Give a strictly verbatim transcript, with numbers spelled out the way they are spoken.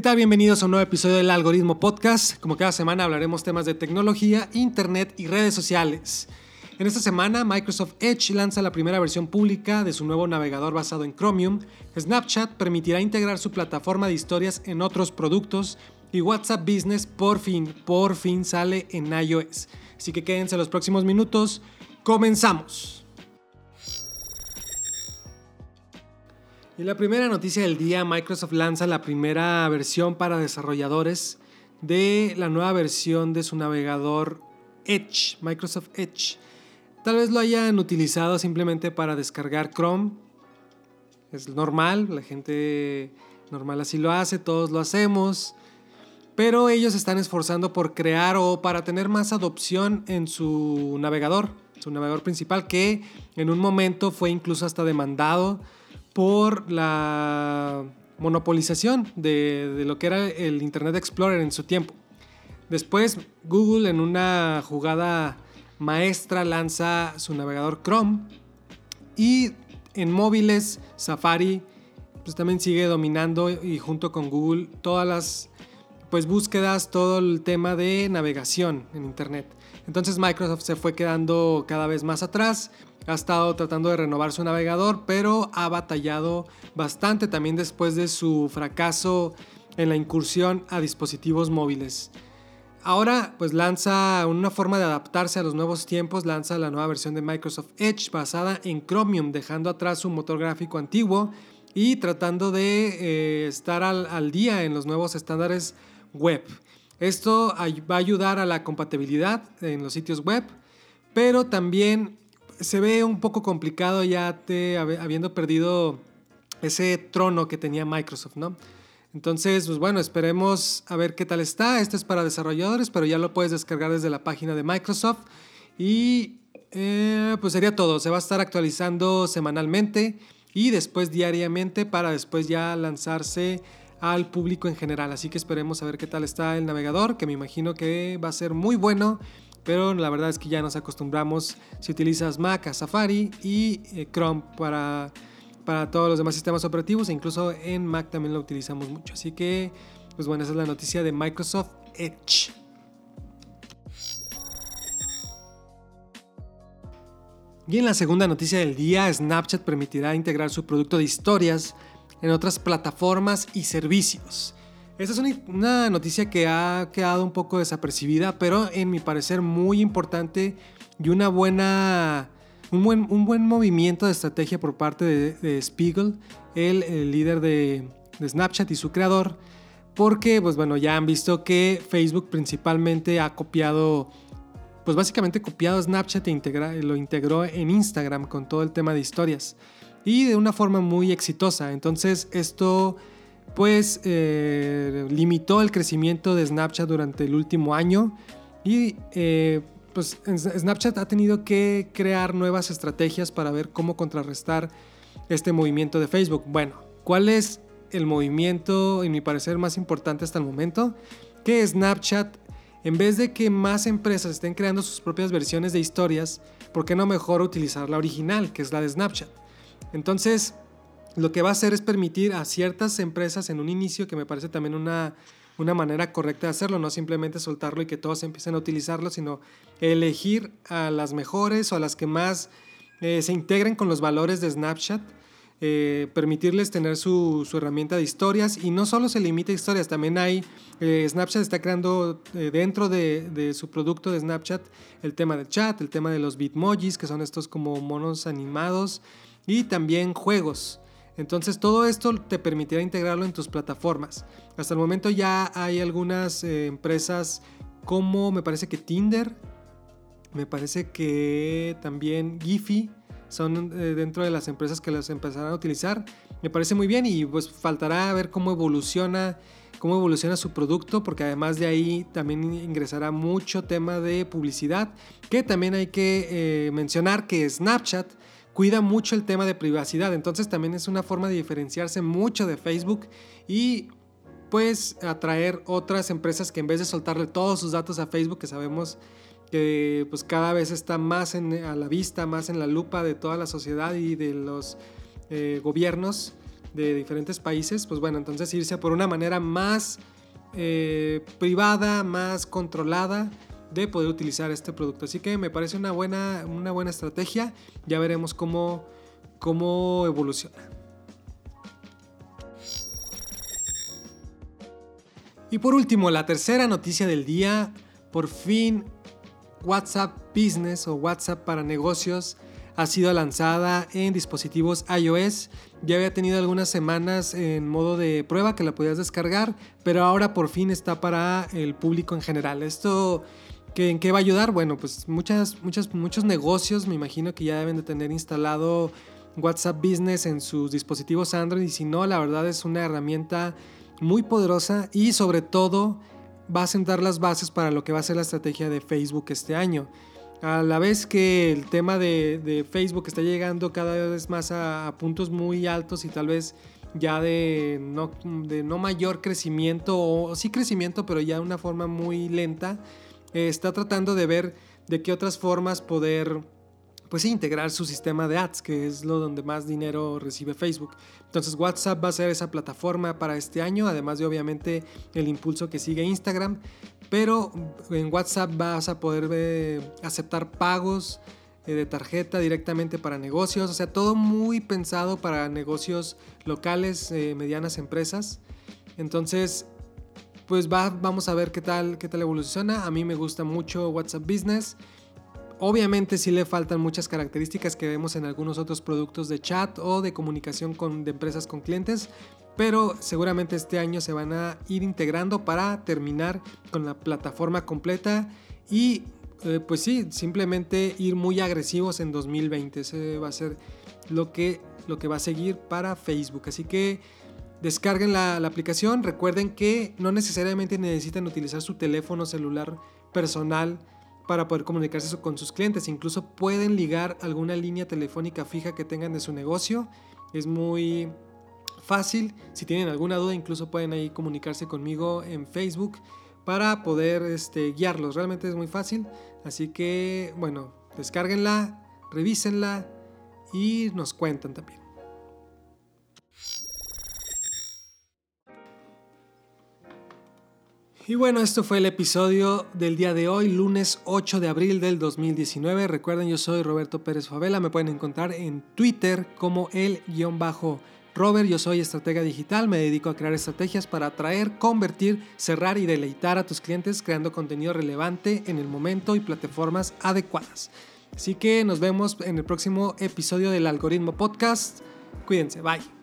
¿Qué tal? Bienvenidos a un nuevo episodio del Algoritmo Podcast. Como cada semana hablaremos temas de tecnología, internet y redes sociales. En esta semana, Microsoft Edge lanza la primera versión pública de su nuevo navegador basado en Chromium. Snapchat permitirá integrar su plataforma de historias en otros productos. Y WhatsApp Business por fin, por fin sale en iOS. Así que quédense los próximos minutos. ¡Comenzamos! Y la primera noticia del día, Microsoft lanza la primera versión para desarrolladores de la nueva versión de su navegador Edge, Microsoft Edge. Tal vez lo hayan utilizado simplemente para descargar Chrome. Es normal, la gente normal así lo hace, todos lo hacemos. Pero ellos se están esforzando por crear o para tener más adopción en su navegador, su navegador principal, que en un momento fue incluso hasta demandado por la monopolización de, de lo que era el Internet Explorer en su tiempo. Después, Google, en una jugada maestra, lanza su navegador Chrome, y en móviles Safari pues también sigue dominando, y junto con Google todas las pues búsquedas, todo el tema de navegación en Internet. Entonces Microsoft se fue quedando cada vez más atrás. Ha estado tratando de renovar su navegador, pero ha batallado bastante también después de su fracaso en la incursión a dispositivos móviles. Ahora pues lanza una forma de adaptarse a los nuevos tiempos, lanza la nueva versión de Microsoft Edge basada en Chromium, dejando atrás su motor gráfico antiguo y tratando de eh, estar al, al día en los nuevos estándares web. Esto va a ayudar a la compatibilidad en los sitios web, pero también se ve un poco complicado ya te, habiendo perdido ese trono que tenía Microsoft, ¿no? Entonces, pues bueno, esperemos a ver qué tal está. Este es para desarrolladores, pero ya lo puedes descargar desde la página de Microsoft. Y eh, pues sería todo. Se va a estar actualizando semanalmente y después diariamente para después ya lanzarse al público en general. Así que esperemos a ver qué tal está el navegador, que me imagino que va a ser muy bueno. Pero la verdad es que ya nos acostumbramos, si utilizas Mac, a Safari y eh, Chrome para, para todos los demás sistemas operativos, e incluso en Mac también lo utilizamos mucho. Así que, pues bueno, esa es la noticia de Microsoft Edge. Y en la segunda noticia del día, Snapchat permitirá integrar su producto de historias en otras plataformas y servicios. Esta es una, una noticia que ha quedado un poco desapercibida, pero en mi parecer muy importante y una buena, un, buen, un buen movimiento de estrategia por parte de, de Spiegel, el, el líder de, de Snapchat y su creador, porque pues bueno, ya han visto que Facebook principalmente ha copiado, pues básicamente copiado Snapchat e integra, lo integró en Instagram con todo el tema de historias y de una forma muy exitosa. Entonces esto pues eh, limitó el crecimiento de Snapchat durante el último año y eh, pues Snapchat ha tenido que crear nuevas estrategias para ver cómo contrarrestar este movimiento de Facebook. Bueno, ¿cuál es el movimiento, en mi parecer, más importante hasta el momento? Que Snapchat, en vez de que más empresas estén creando sus propias versiones de historias, ¿por qué no mejor utilizar la original, que es la de Snapchat? Entonces, lo que va a hacer es permitir a ciertas empresas en un inicio, que me parece también una, una manera correcta de hacerlo, no simplemente soltarlo y que todos empiecen a utilizarlo, sino elegir a las mejores o a las que más eh, se integren con los valores de Snapchat, eh, permitirles tener su, su herramienta de historias. Y no solo se limita a historias, también hay, eh, Snapchat está creando eh, dentro de, de su producto de Snapchat el tema del chat, el tema de los bitmojis, que son estos como monos animados, y también juegos. Entonces todo esto te permitirá integrarlo en tus plataformas. Hasta el momento ya hay algunas eh, empresas como me parece que Tinder, me parece que también Giphy son eh, dentro de las empresas que las empezarán a utilizar. Me parece muy bien y pues faltará ver cómo evoluciona, cómo evoluciona su producto, porque además de ahí también ingresará mucho tema de publicidad, que también hay que eh, mencionar que Snapchat cuida mucho el tema de privacidad. Entonces también es una forma de diferenciarse mucho de Facebook y pues atraer otras empresas que en vez de soltarle todos sus datos a Facebook, que sabemos que pues cada vez está más en, a la vista, más en la lupa de toda la sociedad y de los eh, gobiernos, de diferentes países, pues bueno, entonces irse por una manera más eh, privada, más controlada de poder utilizar este producto. Así que me parece una buena, una buena estrategia. Ya veremos cómo, cómo evoluciona. Y por último, la tercera noticia del día. Por fin WhatsApp Business o WhatsApp para negocios ha sido lanzada en dispositivos iOS. Ya había tenido algunas semanas en modo de prueba que la podías descargar, pero ahora por fin está para el público en general. ¿Esto qué, en qué va a ayudar? Bueno, pues muchas, muchas, muchos negocios me imagino que ya deben de tener instalado WhatsApp Business en sus dispositivos Android, y si no, la verdad es una herramienta muy poderosa y sobre todo va a sentar las bases para lo que va a ser la estrategia de Facebook este año. A la vez que el tema de, de Facebook está llegando cada vez más a, a puntos muy altos y tal vez ya de no, de no mayor crecimiento, o sí crecimiento, pero ya de una forma muy lenta, eh, está tratando de ver de qué otras formas poder pues sí, integrar su sistema de ads, que es lo donde más dinero recibe Facebook. Entonces WhatsApp va a ser esa plataforma para este año, además de obviamente el impulso que sigue Instagram, pero en WhatsApp vas a poder eh, aceptar pagos eh, de tarjeta directamente para negocios, o sea, todo muy pensado para negocios locales, eh, medianas empresas. Entonces, pues va, vamos a ver qué tal, qué tal evoluciona. A mí me gusta mucho WhatsApp Business. Obviamente sí le faltan muchas características que vemos en algunos otros productos de chat o de comunicación con, de empresas con clientes, pero seguramente este año se van a ir integrando para terminar con la plataforma completa y eh, pues sí, simplemente ir muy agresivos en dos mil veinte. Ese va a ser lo que, lo que va a seguir para Facebook. Así que descarguen la, la aplicación. Recuerden que no necesariamente necesitan utilizar su teléfono celular personal para poder comunicarse con sus clientes. Incluso pueden ligar alguna línea telefónica fija que tengan de su negocio. Es muy fácil. Si tienen alguna duda, incluso pueden ahí comunicarse conmigo en Facebook para poder este, guiarlos. Realmente es muy fácil. Así que, bueno, descárguenla, revísenla y nos cuentan también. Y bueno, esto fue el episodio del día de hoy, lunes ocho de abril del dos mil diecinueve. Recuerden, yo soy Roberto Pérez Favela. Me pueden encontrar en Twitter como el-Robert. Yo soy estratega digital. Me dedico a crear estrategias para atraer, convertir, cerrar y deleitar a tus clientes creando contenido relevante en el momento y plataformas adecuadas. Así que nos vemos en el próximo episodio del Algoritmo Podcast. Cuídense, bye.